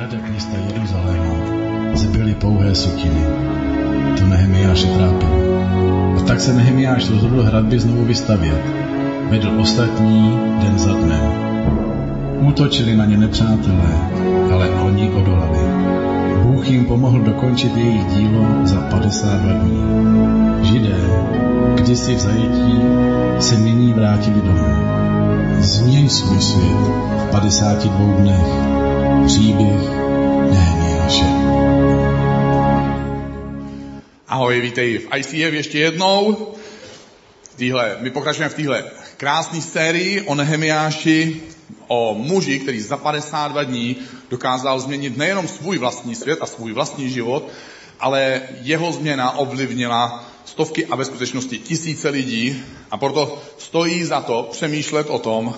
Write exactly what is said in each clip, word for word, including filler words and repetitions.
hradech města Jeruzaléma zbyly pouhé sutiny. To Nehemiáše trápilo. A tak se Nehemiáš rozhodl hradby znovu vystavět. Vedl ostatní den za dnem. Útočili na ně nepřátelé, ale oni odolali. Bůh jim pomohl dokončit jejich dílo za padesát dva dní. Židé, kdysi v zajetí, se nyní vrátili domů. Změň svůj svět v padesáti dvou dnech. Příběh Nehemiáše. Ahoj, vítej v I C F ještě jednou. Týhle, my pokračujeme v téhle krásné sérii o Nehemiáši, o muži, který za padesát dva dní dokázal změnit nejenom svůj vlastní svět a svůj vlastní život, ale jeho změna ovlivnila stovky a ve skutečnosti tisíce lidí, a proto stojí za to přemýšlet o tom,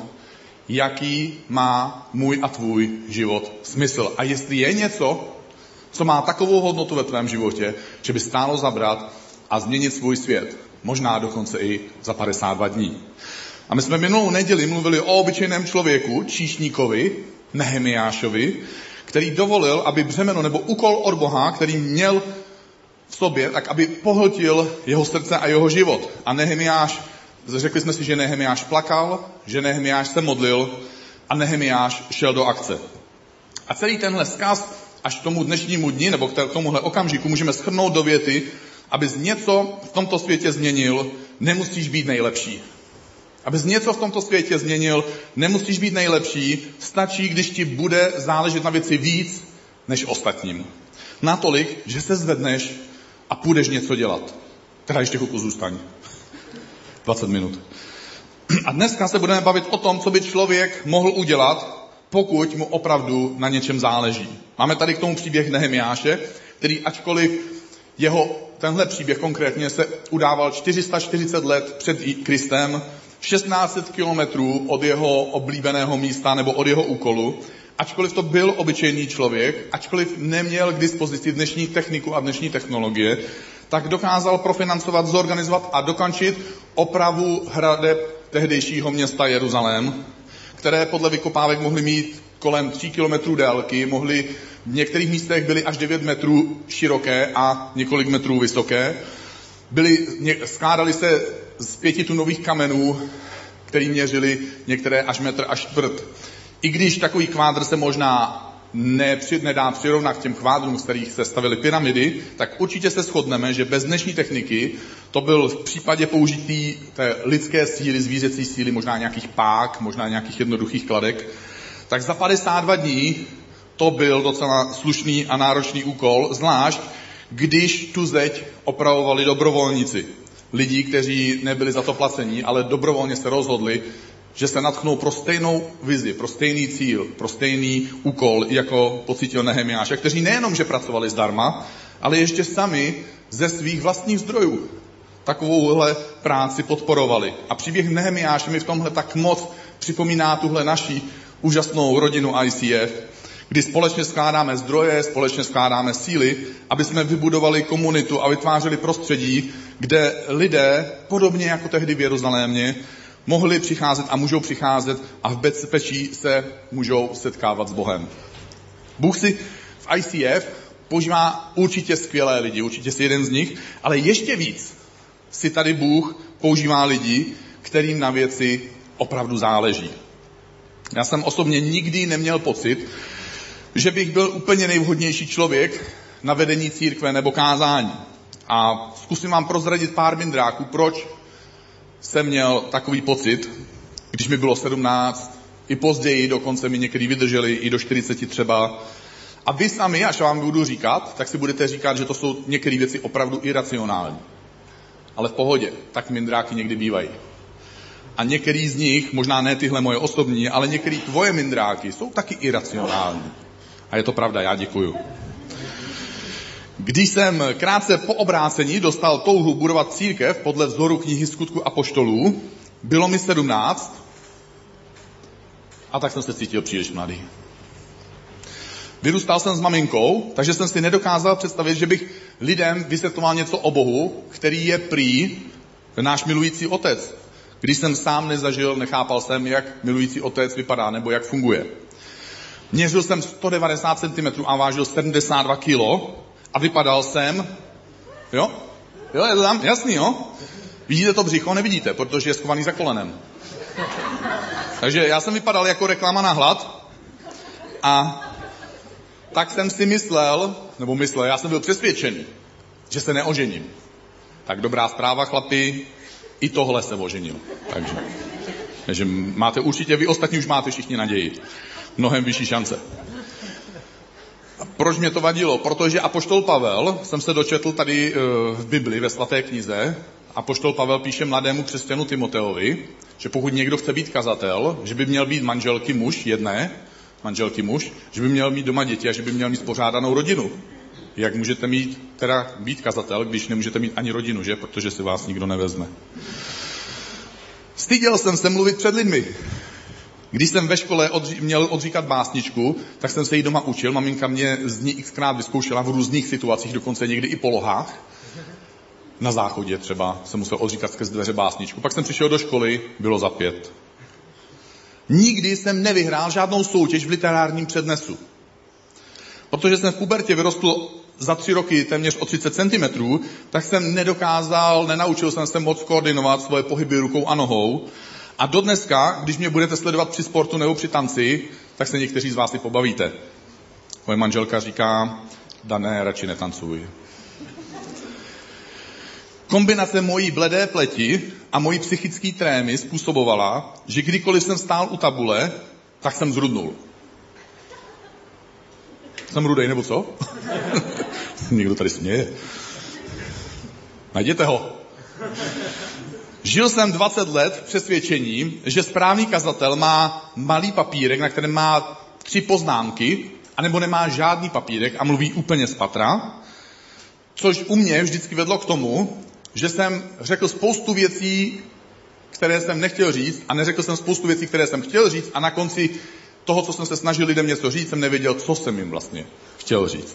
jaký má můj a tvůj život smysl. A jestli je něco, co má takovou hodnotu ve tvém životě, že by stálo zabrat a změnit svůj svět. Možná dokonce i za padesát dva dní. A my jsme minulou neděli mluvili o obyčejném člověku, číšníkovi, Nehemiášovi, který dovolil, aby břemeno nebo úkol od Boha, který měl v sobě, tak aby pohltil jeho srdce a jeho život. A Nehemiáš, řekli jsme si, že Nehemiáš plakal, že Nehemiáš se modlil a Nehemiáš šel do akce. A celý tenhle vzkaz až k tomu dnešnímu dni, nebo k tomuhle okamžiku můžeme shrnout do věty, abys něco v tomto světě změnil, nemusíš být nejlepší. Abys něco v tomto světě změnil, nemusíš být nejlepší, stačí, když ti bude záležet na věci víc než ostatním. Natolik, že se zvedneš a půjdeš něco dělat. Teda ještě chvilku zůstaň. dvacet minut. A dneska se budeme bavit o tom, co by člověk mohl udělat, pokud mu opravdu na něčem záleží. Máme tady k tomu příběh Nehemiáše, který ačkoliv jeho tenhle příběh konkrétně se udával čtyři sta čtyřicet let před Kristem, šestnáct set kilometrů od jeho oblíbeného místa nebo od jeho úkolu, ačkoliv to byl obyčejný člověk, ačkoliv neměl k dispozici dnešní techniku a dnešní technologie, tak dokázal profinancovat, zorganizovat a dokončit opravu hradeb tehdejšího města Jeruzalém, které podle vykopávek mohly mít kolem tří kilometrů délky, mohly v některých místech byly až devět metrů široké a několik metrů vysoké. Byly, skládaly se z pětitunových kamenů, který měřili některé až metr až čtvrt. I když takový kvádr se možná nepři, nedá přirovnat k těm kvádrům, z kterých se stavily pyramidy, tak určitě se shodneme, že bez dnešní techniky to byl v případě použití té lidské síly, zvířecí síly, možná nějakých pák, možná nějakých jednoduchých kladek, tak za padesát dva dní to byl docela slušný a náročný úkol, zvlášť když tu zeď opravovali dobrovolníci. Lidi, kteří nebyli za to placení, ale dobrovolně se rozhodli, že se nadchnou pro stejnou vizi, pro stejný cíl, pro stejný úkol, jako pocítil Nehemiáš, kteří nejenom, že pracovali zdarma, ale ještě sami ze svých vlastních zdrojů takovouhle práci podporovali. A příběh Nehemiáše mi v tomhle tak moc připomíná tuhle naši úžasnou rodinu I C F, kdy společně skládáme zdroje, společně skládáme síly, aby jsme vybudovali komunitu a vytvářeli prostředí, kde lidé, podobně jako tehdy v Jeruzalémě, mohli přicházet a můžou přicházet a v bezpečí se můžou setkávat s Bohem. Bůh si v I C F používá určitě skvělé lidi, určitě si jeden z nich, ale ještě víc si tady Bůh používá lidi, kterým na věci opravdu záleží. Já jsem osobně nikdy neměl pocit, že bych byl úplně nejvhodnější člověk na vedení církve nebo kázání. A zkusím vám prozradit pár mindráků, proč jsem měl takový pocit, když mi bylo sedmnáct, i později dokonce mi někdy vydrželi, i do čtyřiceti třeba. A vy sami, až vám budu říkat, tak si budete říkat, že to jsou některé věci opravdu iracionální. Ale v pohodě, tak mindráky někdy bývají. A některý z nich, možná ne tyhle moje osobní, ale některý tvoje mindráky jsou taky iracionální. A je to pravda, já děkuju. Když jsem krátce po obrácení dostal touhu budovat církev podle vzoru knihy Skutků apoštolů, bylo mi sedmnáct a tak jsem se cítil příliš mladý. Vyrůstal jsem s maminkou, takže jsem si nedokázal představit, že bych lidem vysvětloval něco o Bohu, který je prý náš milující otec. Když jsem sám nezažil, nechápal jsem, jak milující otec vypadá nebo jak funguje. Měřil jsem sto devadesát centimetrů a vážil sedmdesát dva kilo a vypadal jsem, jo? Jo, je to tam? Jasný, jo? Vidíte to břicho? Nevidíte, protože je schovaný za kolenem. Takže já jsem vypadal jako reklama na hlad a tak jsem si myslel, nebo myslel, já jsem byl přesvědčený, že se neožením. Tak dobrá zpráva, chlapi, i tohle se oženil. Takže, takže máte určitě, vy ostatní už máte všichni naději. Mnohem vyšší šance. A proč mě to vadilo? Protože apoštol Pavel, jsem se dočetl tady v Bibli, ve svaté knize, apoštol Pavel píše mladému křesťanu Timoteovi, že pokud někdo chce být kazatel, že by měl být manželky muž, jedné, manželky muž, že by měl mít doma děti a že by měl mít spořádanou rodinu. Jak můžete mít, teda být kazatel, když nemůžete mít ani rodinu, že? Protože si vás nikdo nevezme. Styděl jsem se mluvit před lidmi. Když jsem ve škole odří, měl odříkat básničku, tak jsem se jí doma učil. Maminka mě z ní xkrát vyzkoušela v různých situacích, dokonce někdy i polohách. Na záchodě třeba jsem musel odříkat skrz dveře básničku. Pak jsem přišel do školy, bylo za pět. Nikdy jsem nevyhrál žádnou soutěž v literárním přednesu. Protože jsem v pubertě vyrostl za tři roky téměř o třicet centimetrů, tak jsem nedokázal, nenaučil jsem se moc koordinovat svoje pohyby rukou a nohou. A dodneska, když mě budete sledovat při sportu nebo při tanci, tak se někteří z vás i pobavíte. Moje manželka říká, Dané, radši netancuj. Kombinace mojí bledé pleti a mojí psychické trémy způsobovala, že kdykoliv jsem stál u tabule, tak jsem zrudnul. Jsem rudej, nebo co? Někdo tady směje. Najděte ho. Žil jsem dvacet let v přesvědčení, že správný kazatel má malý papírek, na kterém má tři poznámky, anebo nemá žádný papírek a mluví úplně z patra, což u mě vždycky vedlo k tomu, že jsem řekl spoustu věcí, které jsem nechtěl říct, a neřekl jsem spoustu věcí, které jsem chtěl říct, a na konci toho, co jsem se snažil lidem něco říct, jsem nevěděl, co jsem jim vlastně chtěl říct.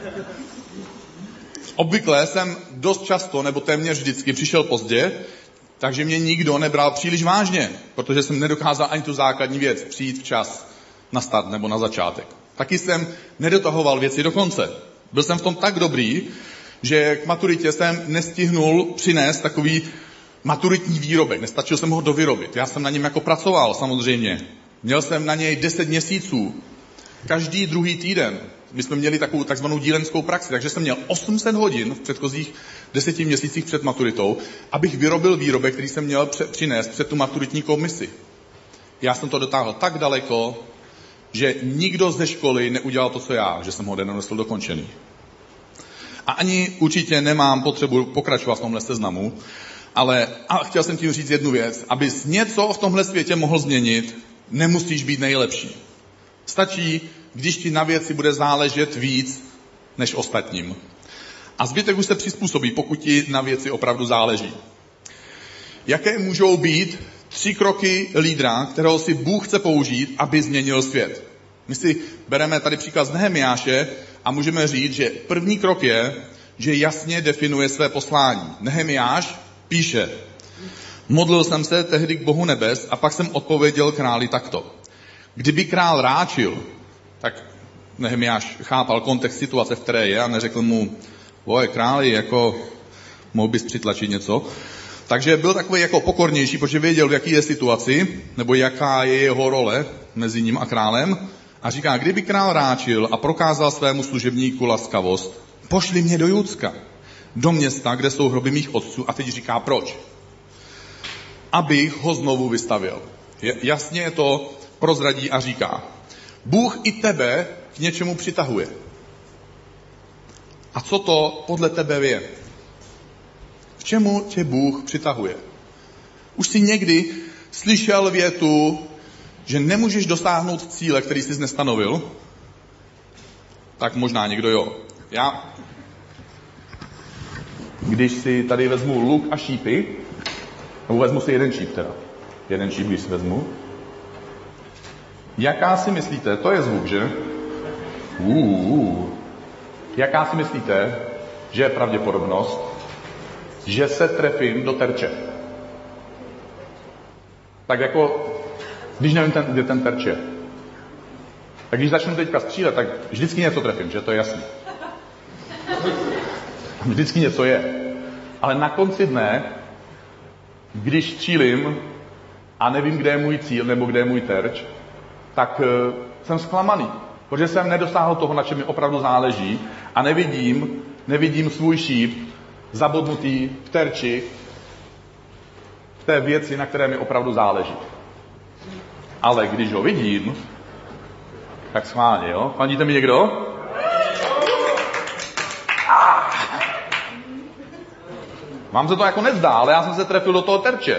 Obvykle jsem dost často, nebo téměř vždycky přišel pozdě, takže mě nikdo nebral příliš vážně, protože jsem nedokázal ani tu základní věc přijít včas na start nebo na začátek. Taky jsem nedotahoval věci do konce. Byl jsem v tom tak dobrý, že k maturitě jsem nestihnul přinést takový maturitní výrobek. Nestačil jsem ho dovyrobit. Já jsem na něm jako pracoval samozřejmě. Měl jsem na něj deset měsíců. Každý druhý týden. My jsme měli takovou takzvanou dílenskou praxi, takže jsem měl osm set hodin v předchozích deseti měsících před maturitou, abych vyrobil výrobek, který jsem měl před, přinést před tu maturitní komisi. Já jsem to dotáhl tak daleko, že nikdo ze školy neudělal to, co já, že jsem ho nedonesl dokončený. A ani určitě nemám potřebu pokračovat v tomhle seznamu, ale a chtěl jsem tím říct jednu věc. Abys něco v tomhle světě mohl změnit, nemusíš být nejlepší. Stačí, když ti na věci bude záležet víc než ostatním. A zbytek už se přizpůsobí, pokud ti na věci opravdu záleží. Jaké můžou být tři kroky lídra, kterého si Bůh chce použít, aby změnil svět? My si bereme tady příklad z Nehemiáše a můžeme říct, že první krok je, že jasně definuje své poslání. Nehemiáš píše, modlil jsem se tehdy k Bohu nebes a pak jsem odpověděl králi takto. Kdyby král ráčil, tak Nehemiáš chápal kontext situace, v které je, a neřekl mu, voje králi, jako mohl bys přitlačit něco. Takže byl takový jako pokornější, protože věděl, v jaký je situaci, nebo jaká je jeho role mezi ním a králem. A říká, kdyby král ráčil a prokázal svému služebníku laskavost, pošli mě do Judska, do města, kde jsou hroby mých otců. A teď říká, proč? Abych ho znovu vystavil. Jasně to prozradí a říká, Bůh i tebe k něčemu přitahuje. A co to podle tebe je? K čemu tě Bůh přitahuje? Už jsi někdy slyšel větu, že nemůžeš dosáhnout cíle, který jsi nestanovil? Tak možná někdo jo. Já, když si tady vezmu luk a šípy, nebo vezmu si jeden šíp teda. Jeden šíp, když si vezmu. Jaká si myslíte, to je zvuk, že? Uh, jaká si myslíte, že je pravděpodobnost, že se trefím do terče? Tak jako, když nevím, ten, kde ten terč je. Tak když začnu teďka střílet, tak vždycky něco trefím, že? To je jasný. Vždycky něco je. Ale na konci dne, když střílím a nevím, kde je můj cíl nebo kde je můj terč, tak uh, jsem zklamaný. Protože jsem nedosáhl toho, na čem mi opravdu záleží a nevidím, nevidím svůj šíp zabodnutý v terči, v té věci, na které mi opravdu záleží. Ale když ho vidím, tak schválně, jo? Fandíte mi někdo? Vám se to jako nezdá, ale já jsem se trefil do toho terče.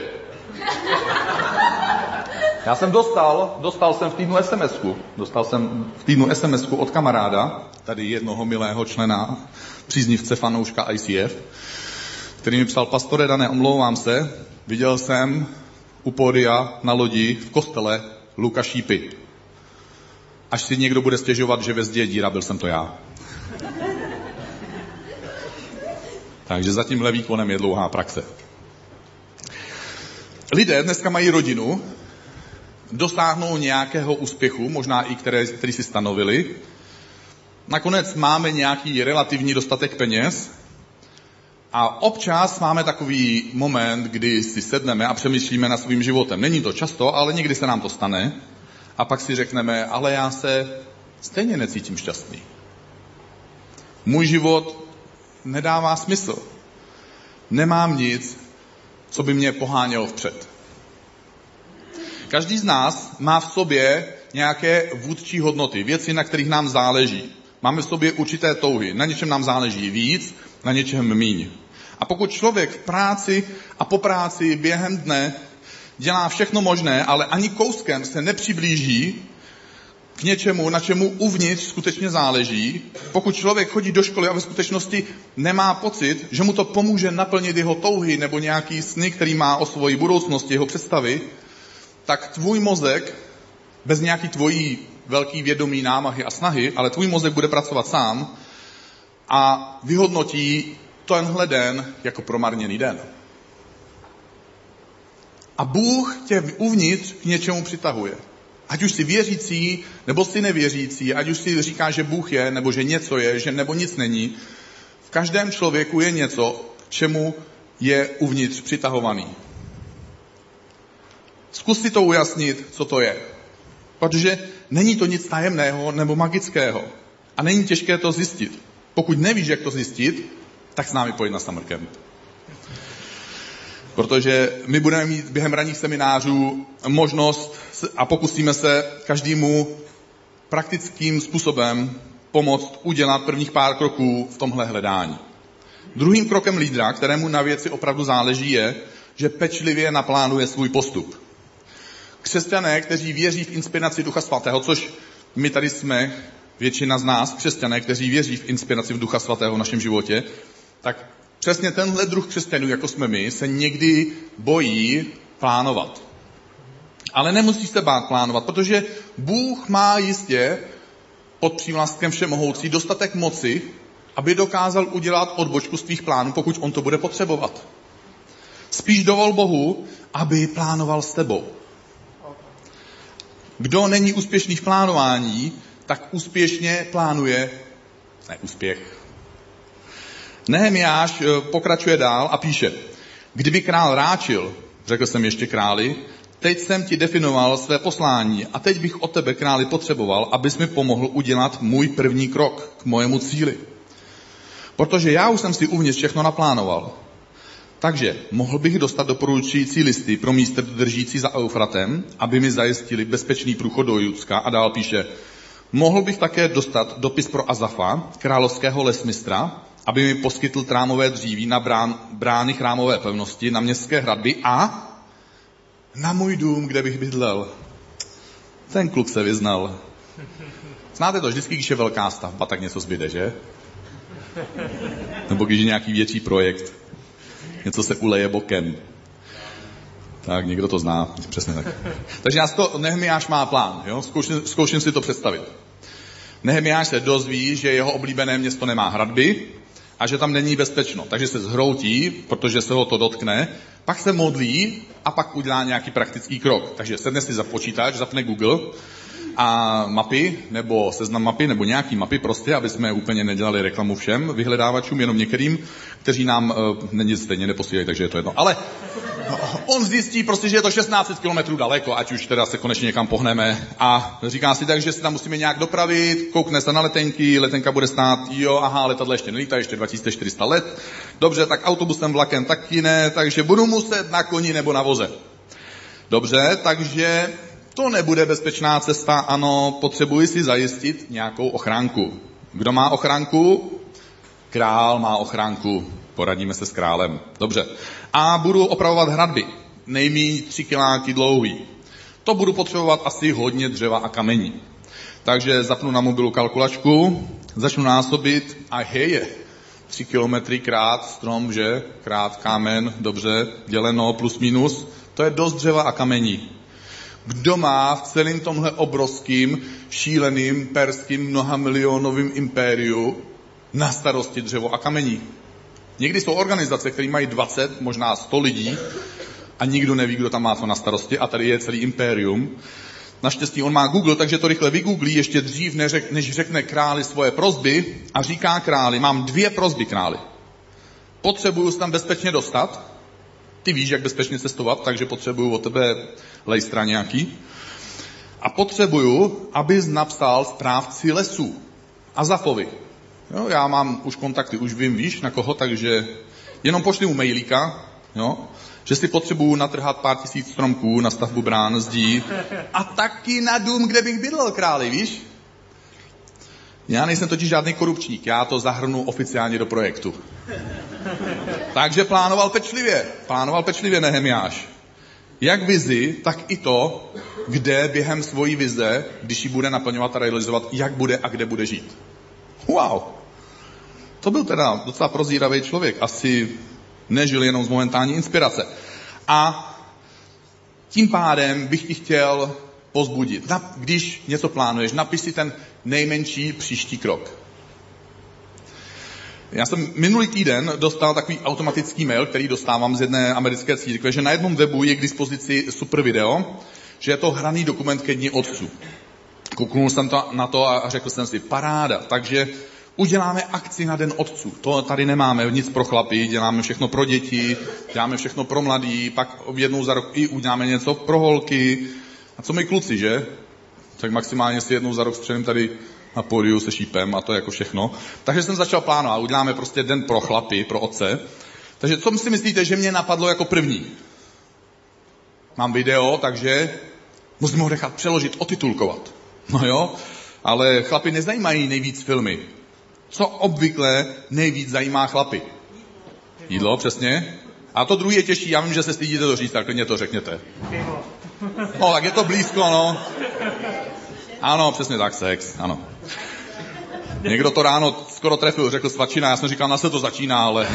Já jsem dostal, dostal jsem v týdnu es em esku. Dostal jsem v týdnu es em esku od kamaráda, tady jednoho milého člena, příznivce fanouška í cé ef, který mi psal: pastore Dané, omlouvám se, viděl jsem u pódia na lodi v kostele Luka šípy. Až si někdo bude stěžovat, že ve zdi je díra, byl jsem to já. Takže za tímhle výkonem je dlouhá praxe. Lidé dneska mají rodinu, dosáhnou nějakého úspěchu, možná i které, který si stanovili. Nakonec máme nějaký relativní dostatek peněz a občas máme takový moment, kdy si sedneme a přemýšlíme nad svým životem. Není to často, ale někdy se nám to stane. A pak si řekneme, ale já se stejně necítím šťastný. Můj život nedává smysl. Nemám nic, co by mě pohánělo vpřed. Každý z nás má v sobě nějaké vůdčí hodnoty, věci, na kterých nám záleží. Máme v sobě určité touhy. Na něčem nám záleží víc, na něčem míň. A pokud člověk v práci a po práci během dne dělá všechno možné, ale ani kouskem se nepřiblíží k něčemu, na čemu uvnitř skutečně záleží, pokud člověk chodí do školy a ve skutečnosti nemá pocit, že mu to pomůže naplnit jeho touhy nebo nějaký sny, který má o svoji budoucnosti, jeho představy, tak tvůj mozek, bez nějaký tvojí velký vědomí, námahy a snahy, ale tvůj mozek bude pracovat sám a vyhodnotí tenhle den jako promarněný den. A Bůh tě uvnitř k něčemu přitahuje. Ať už jsi věřící, nebo jsi nevěřící, ať už si říká, že Bůh je, nebo že něco je, že nebo nic není. V každém člověku je něco, čemu je uvnitř přitahovaný. Zkus si to ujasnit, co to je. Protože není to nic tajemného nebo magického. A není těžké to zjistit. Pokud nevíš, jak to zjistit, tak s námi pojď na Summer Camp. Protože my budeme mít během ranních seminářů možnost a pokusíme se každému praktickým způsobem pomoct udělat prvních pár kroků v tomhle hledání. Druhým krokem lídra, kterému na věci opravdu záleží, je, že pečlivě naplánuje svůj postup. Křesťané, kteří věří v inspiraci Ducha Svatého, což my tady jsme, většina z nás, křesťané, kteří věří v inspiraci v Ducha Svatého v našem životě, tak přesně tenhle druh křesťanů, jako jsme my, se někdy bojí plánovat. Ale nemusí se bát plánovat, protože Bůh má jistě pod přívlastkem všemohoucí dostatek moci, aby dokázal udělat odbočku z tvých plánů, pokud on to bude potřebovat. Spíš dovol Bohu, aby plánoval s tebou. Kdo není úspěšný v plánování, tak úspěšně plánuje neúspěch. Nehemiáš pokračuje dál a píše: kdyby král ráčil, řekl jsem ještě králi, teď jsem ti definoval své poslání a teď bych od tebe, králi, potřeboval, abys mi pomohl udělat můj první krok k mojemu cíli. Protože já už jsem si uvnitř všechno naplánoval. Takže mohl bych dostat doporučující listy pro místa držící za Eufratem, aby mi zajistili bezpečný průchod do Judska, a dál píše: mohl bych také dostat dopis pro Azafa, královského lesmistra, aby mi poskytl trámové dříví na brán, brány chrámové pevnosti, na městské hradby a na můj dům, kde bych bydlel. Ten kluk se vyznal. Znáte to, vždycky, když je velká stavba, tak něco zbyde, že? Nebo když je nějaký větší projekt. Něco se uleje bokem. Tak, někdo to zná, přesně tak. Takže já to, Nehemiáš má plán, jo? Zkouším, zkouším si to představit. Nehemiáš se dozví, že jeho oblíbené město nemá hradby a že tam není bezpečno. Takže se zhroutí, protože se ho to dotkne, pak se modlí a pak udělá nějaký praktický krok. Takže sedne si za počítač, zapne Google a mapy, nebo seznam mapy, nebo nějaký mapy prostě, aby jsme úplně nedělali reklamu všem vyhledávačům, jenom některým, kteří nám uh, nic stejně neposílají, takže je to jedno. Ale on zjistí prostě, že je to šestnáct set kilometrů daleko, ať už teda se konečně někam pohneme a říká si tak, že se tam musíme nějak dopravit, koukne se na letenky, letenka bude stát, jo, aha, letadlo ještě nelítá, ještě dva tisíce čtyři sta let, dobře, tak autobusem, vlakem taky ne, takže budu muset na koni nebo na voze. Dobře, takže to nebude bezpečná cesta, ano, potřebuji si zajistit nějakou ochránku. Kdo má ochránku? Král má ochránku. Poradíme se s králem. Dobře. A budu opravovat hradby. Nejméně tři kiláky dlouhý. To budu potřebovat asi hodně dřeva a kamení. Takže zapnu na mobilu kalkulačku, začnu násobit a heje. Tři kilometry krát strom, že? Krát kámen, dobře, děleno plus minus. To je dost dřeva a kamení. Kdo má v celém tomhle obrovským, šíleným, perským, mnohamilionovým impériu na starosti dřevo a kamení? Někdy jsou organizace, které mají dvacet, možná sto lidí a nikdo neví, kdo tam má co na starosti a tady je celý impérium. Naštěstí on má Google, takže to rychle vygooglí ještě dřív, než řekne králi svoje prosby a říká králi, mám dvě prosby králi. Potřebuju se tam bezpečně dostat. Ty víš, jak bezpečně cestovat, takže potřebuju od tebe lejstra nějaký. A potřebuju, abys napsal správci lesů. Azafovi. Jo, já mám už kontakty, už vím, víš, na koho, takže jenom pošli mu mailíka, jo, že si potřebuju natrhat pár tisíc stromků na stavbu brán, zdí a taky na dům, kde bych bydlel, králi, víš? Já nejsem totiž žádný korupčník, já to zahrnu oficiálně do projektu. Takže plánoval pečlivě, plánoval pečlivě Nehemiáš. Jak vizi, tak i to, kde během svojí vize, když ji bude naplňovat a realizovat, jak bude a kde bude žít. Wow. To byl teda docela prozíravý člověk, asi nežil jenom z momentální inspirace. A tím pádem bych ti chtěl pozbudit. Když něco plánuješ, napiš si ten nejmenší příští krok. Já jsem minulý týden dostal takový automatický mail, který dostávám z jedné americké církve, že na jednom webu je k dispozici super video, že je to hraný dokument ke dni otců. Kouknul jsem to, na to a řekl jsem si, paráda, takže uděláme akci na den otců. To tady nemáme nic pro chlapy, děláme všechno pro děti, děláme všechno pro mladý, pak jednou za rok i uděláme něco pro holky. A co my kluci, že? Tak maximálně si jednou za rok střelím tady na pódiu se šípem a to je jako všechno. Takže jsem začal plánovat, uděláme prostě den pro chlapy, pro otce. Takže co si myslíte, že mě napadlo jako první? Mám video, takže musím ho nechat přeložit, otitulkovat. No jo, ale chlapy nezajímají nejvíc filmy. Co obvykle nejvíc zajímá chlapy? Jídlo, přesně. A to druhý je těžší, já vím, že se stydíte to říct, tak klidně to řekněte. No, tak je to blízko, no. Ano, přesně tak, sex, ano. Někdo to ráno skoro trefil, řekl svačina, já jsem říkal, na se to začíná, ale...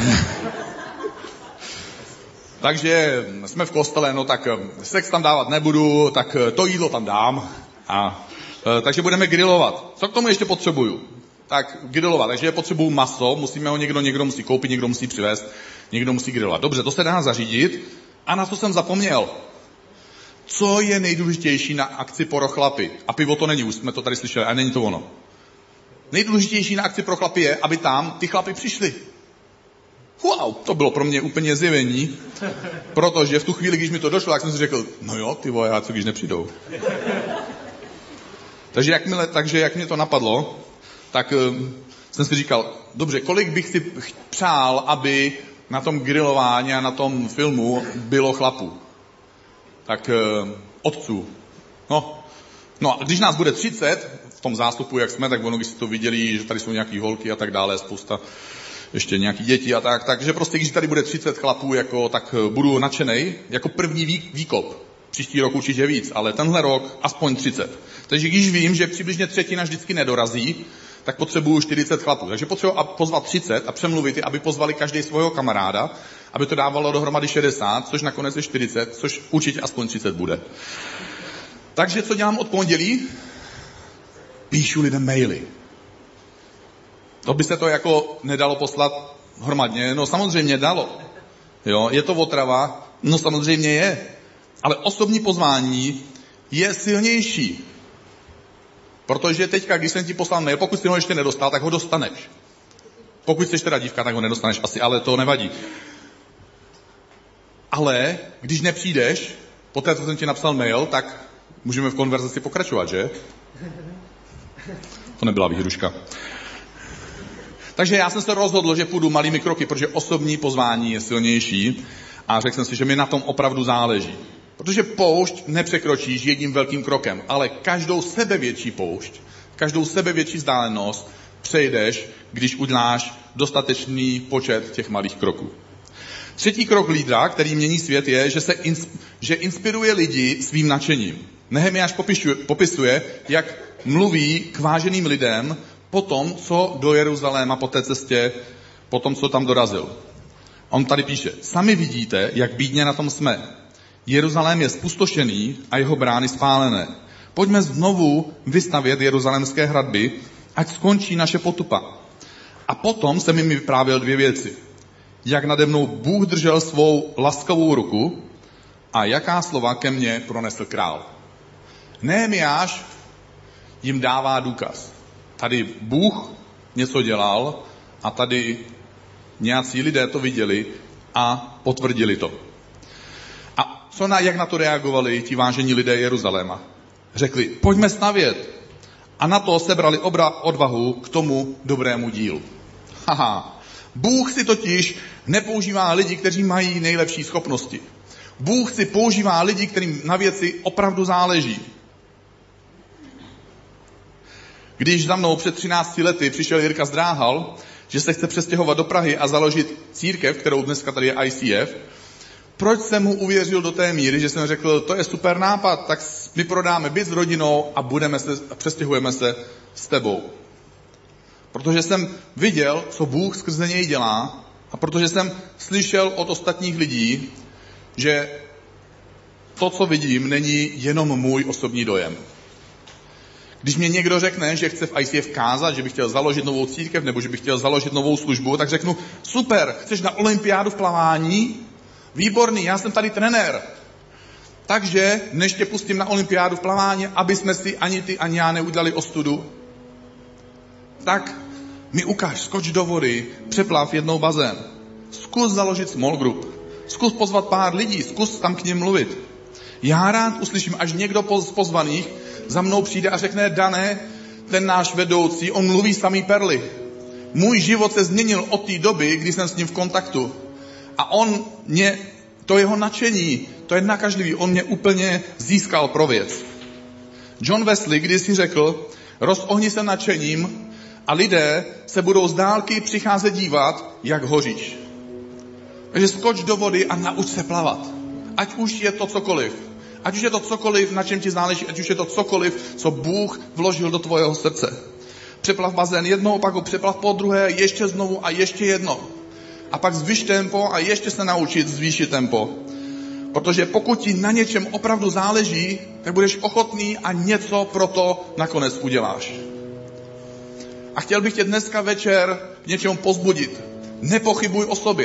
Takže jsme v kostele, no tak sex tam dávat nebudu, tak to jídlo tam dám. A, takže budeme grilovat. Co k tomu ještě potřebuju? Tak grilovat, takže je potřebuju maso, musíme ho někdo, někdo musí koupit, někdo musí přivést, někdo musí grilovat. Dobře, to se dá zařídit. A na co jsem zapomněl? Co je nejdůležitější na akci pro chlapy? A pivo to není, už jsme to tady slyšeli, a není to ono. Nejdůležitější na akci pro chlapy je, aby tam ty chlapy přišli. Wow, to bylo pro mě úplně zjevení, protože v tu chvíli, když mi to došlo, tak jsem si řekl, no jo, ty vole, a co když nepřijdou? takže, jakmile, takže jak mě to napadlo, tak uh, jsem si říkal, dobře, kolik bych si přál, aby na tom grilování a na tom filmu bylo chlapů? Tak uh, otců. No, no a když nás bude třicet, v tom zástupu, jak jsme, tak ono, když si to viděli, že tady jsou nějaký holky a tak dále, spousta ještě nějaký děti a tak, takže prostě, když tady bude třicet chlapů, jako, tak budu nadšenej, jako první vý, výkop. Příští rok určitě víc, ale tenhle rok aspoň třicet. Takže když vím, že přibližně třetina vždycky nedorazí, tak potřebuju čtyřicet chlapů. Takže potřebuji pozvat třicet a přemluvit je, aby pozvali každý svého kamaráda, aby to dávalo dohromady šedesát, což nakonec je čtyřicet, což určitě aspoň třicet bude. Takže co dělám od pondělí? Píšu lidem maily. To by se to jako nedalo poslat hromadně? No samozřejmě dalo. Jo, je to otrava? No samozřejmě je. Ale osobní pozvání je silnější. Protože teďka, když jsem ti poslal mail, pokud jsi ho ještě nedostal, tak ho dostaneš. Pokud jsi teda dívka, tak ho nedostaneš asi, ale to nevadí. Ale když nepřijdeš, poté, co jsem ti napsal mail, tak můžeme v konverzaci pokračovat, že? To nebyla výhruška. Takže já jsem se rozhodl, že půjdu malými kroky, protože osobní pozvání je silnější a řekl jsem si, že mi na tom opravdu záleží. Protože poušť nepřekročíš jedním velkým krokem, ale každou sebevětší poušť, každou sebevětší vzdálenost přejdeš, když uděláš dostatečný počet těch malých kroků. Třetí krok lídra, který mění svět, je, že, se ins, že inspiruje lidi svým nadšením. Nehemiáš popisuje, popisuje, jak mluví k váženým lidem po tom, co do Jeruzaléma po té cestě, po tom, co tam dorazil. On tady píše, sami vidíte, jak bídně na tom jsme. Jeruzalém je spustošený a jeho brány spálené. Pojďme znovu vystavět jeruzalémské hradby, ať skončí naše potupa. A potom jsem jim vyprávěl dvě věci. Jak nade mnou Bůh držel svou laskavou ruku a jaká slova ke mně pronesl král. Nehemiáš jim dává důkaz. Tady Bůh něco dělal a tady nějací lidé to viděli a potvrdili to. A co na, jak na to reagovali ti vážení lidé Jeruzaléma? Řekli, pojďme stavět. A na to sebrali obra odvahu k tomu dobrému dílu. Haha. Bůh si totiž nepoužívá lidi, kteří mají nejlepší schopnosti. Bůh si používá lidi, kterým na věci opravdu záleží. Když za mnou před třinácti lety přišel Jirka Zdráhal, že se chce přestěhovat do Prahy a založit církev, kterou dneska tady je I C F, proč jsem mu uvěřil do té míry, že jsem řekl, to je super nápad, tak my prodáme byt s rodinou a budeme se, přestěhujeme se s tebou. Protože jsem viděl, co Bůh skrze něj dělá a protože jsem slyšel od ostatních lidí, že to, co vidím, není jenom můj osobní dojem. Když mě někdo řekne, že chce v I C F kázat, že by chtěl založit novou církev nebo že by chtěl založit novou službu, tak řeknu, super, chceš na olympiádu v plavání? Výborný, já jsem tady trenér. Takže než tě pustím na olympiádu v plavání, aby jsme si ani ty, ani já neudělali ostudu, tak mi ukáž, skoč do vody, přeplav jednou bazén. Zkus založit small group. Zkus pozvat pár lidí, zkus tam k nim mluvit. Já rád uslyším, až někdo z pozvaných za mnou přijde a řekne, Dané, ten náš vedoucí, on mluví samý perly. Můj život se změnil od té doby, kdy jsem s ním v kontaktu. A on mě, to jeho nadšení, to je nakažlivý, on mě úplně získal pro věc. John Wesley kdysi řekl, rozohni se nadšením a lidé se budou z dálky přicházet dívat, jak hoříš. Takže skoč do vody a nauč se plavat. Ať už je to cokoliv. Ať už je to cokoliv, na čem ti záleží, ať už je to cokoliv, co Bůh vložil do tvojeho srdce. Přeplav bazén jednou, pak ho přeplav po druhé, ještě znovu a ještě jedno. A pak zvyš tempo a ještě se naučit zvýšit tempo. Protože pokud ti na něčem opravdu záleží, tak budeš ochotný a něco pro to nakonec uděláš. A chtěl bych tě dneska večer k něčemu pozbudit. Nepochybuj o sobě.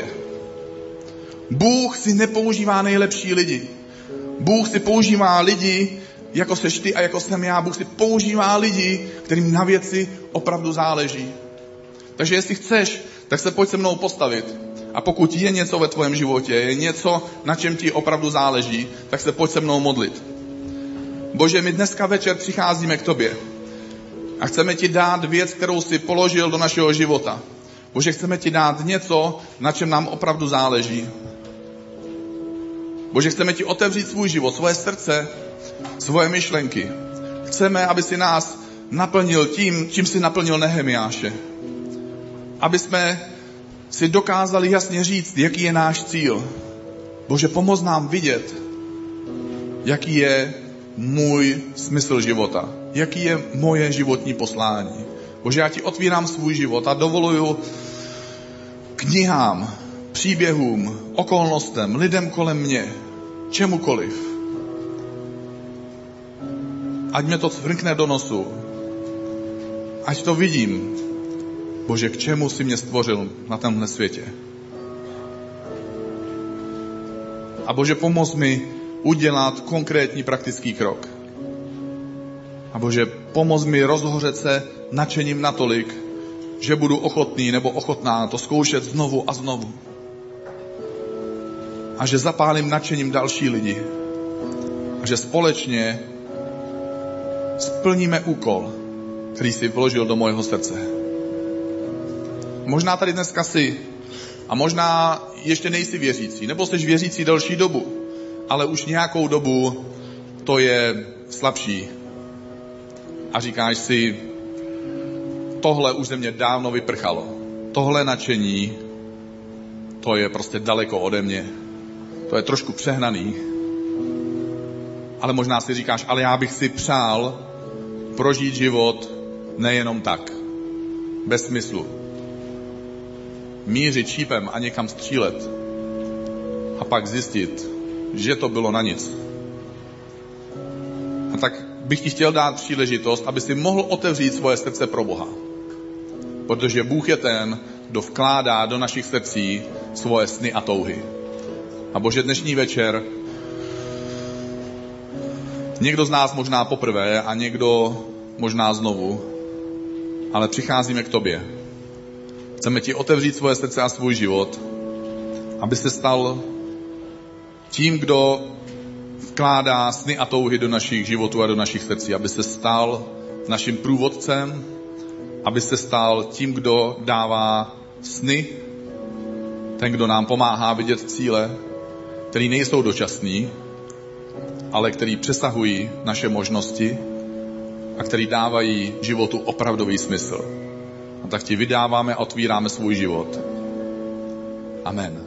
Bůh si nepoužívá nejlepší lidi. Bůh si používá lidi, jako seš ty a jako jsem já. Bůh si používá lidi, kterým na věci opravdu záleží. Takže jestli chceš, tak se pojď se mnou postavit. A pokud je něco ve tvém životě, je něco, na čem ti opravdu záleží, tak se pojď se mnou modlit. Bože, my dneska večer přicházíme k tobě. A chceme ti dát věc, kterou jsi položil do našeho života. Bože, chceme ti dát něco, na čem nám opravdu záleží. Bože, chceme ti otevřít svůj život, svoje srdce, svoje myšlenky. Chceme, aby si nás naplnil tím, čím si naplnil Nehemiáše. Aby jsme si dokázali jasně říct, jaký je náš cíl. Bože, pomoz nám vidět, jaký je můj smysl života. Jaký je moje životní poslání. Bože, já ti otvírám svůj život a dovoluju knihám, příběhům, okolnostem, lidem kolem mě, čemukoliv. Ať mě to vrkne do nosu. Ať to vidím. Bože, k čemu jsi mě stvořil na tomhle světě. A Bože, pomoz mi udělat konkrétní praktický krok. A Bože, pomoz mi rozhořet se nadšením natolik, že budu ochotný nebo ochotná to zkoušet znovu a znovu. A že zapálím nadšením další lidi. A že společně splníme úkol, který jsi vložil do mojeho srdce. Možná tady dneska jsi a možná ještě nejsi věřící, nebo jsi věřící delší dobu, ale už nějakou dobu to je slabší. A říkáš si, tohle už ze mě dávno vyprchalo. Tohle nadšení, to je prostě daleko ode mě. To je trošku přehnaný. Ale možná si říkáš, ale já bych si přál prožít život nejenom tak. Bez smyslu. Mířit šípem a někam střílet. A pak zjistit, že to bylo na nic. A tak bych ti chtěl dát příležitost, aby si mohl otevřít svoje srdce pro Boha. Protože Bůh je ten, kdo vkládá do našich srdcí svoje sny a touhy. A Bože, dnešní večer někdo z nás možná poprvé a někdo možná znovu, ale přicházíme k tobě. Chceme ti otevřít svoje srdce a svůj život, aby se stal tím, kdo vkládá sny a touhy do našich životů a do našich srdcí, aby se stal naším průvodcem, aby se stal tím, kdo dává sny, ten, kdo nám pomáhá vidět cíle, který nejsou dočasný, ale který přesahují naše možnosti a který dávají životu opravdový smysl. A tak ti vydáváme a otvíráme svůj život. Amen.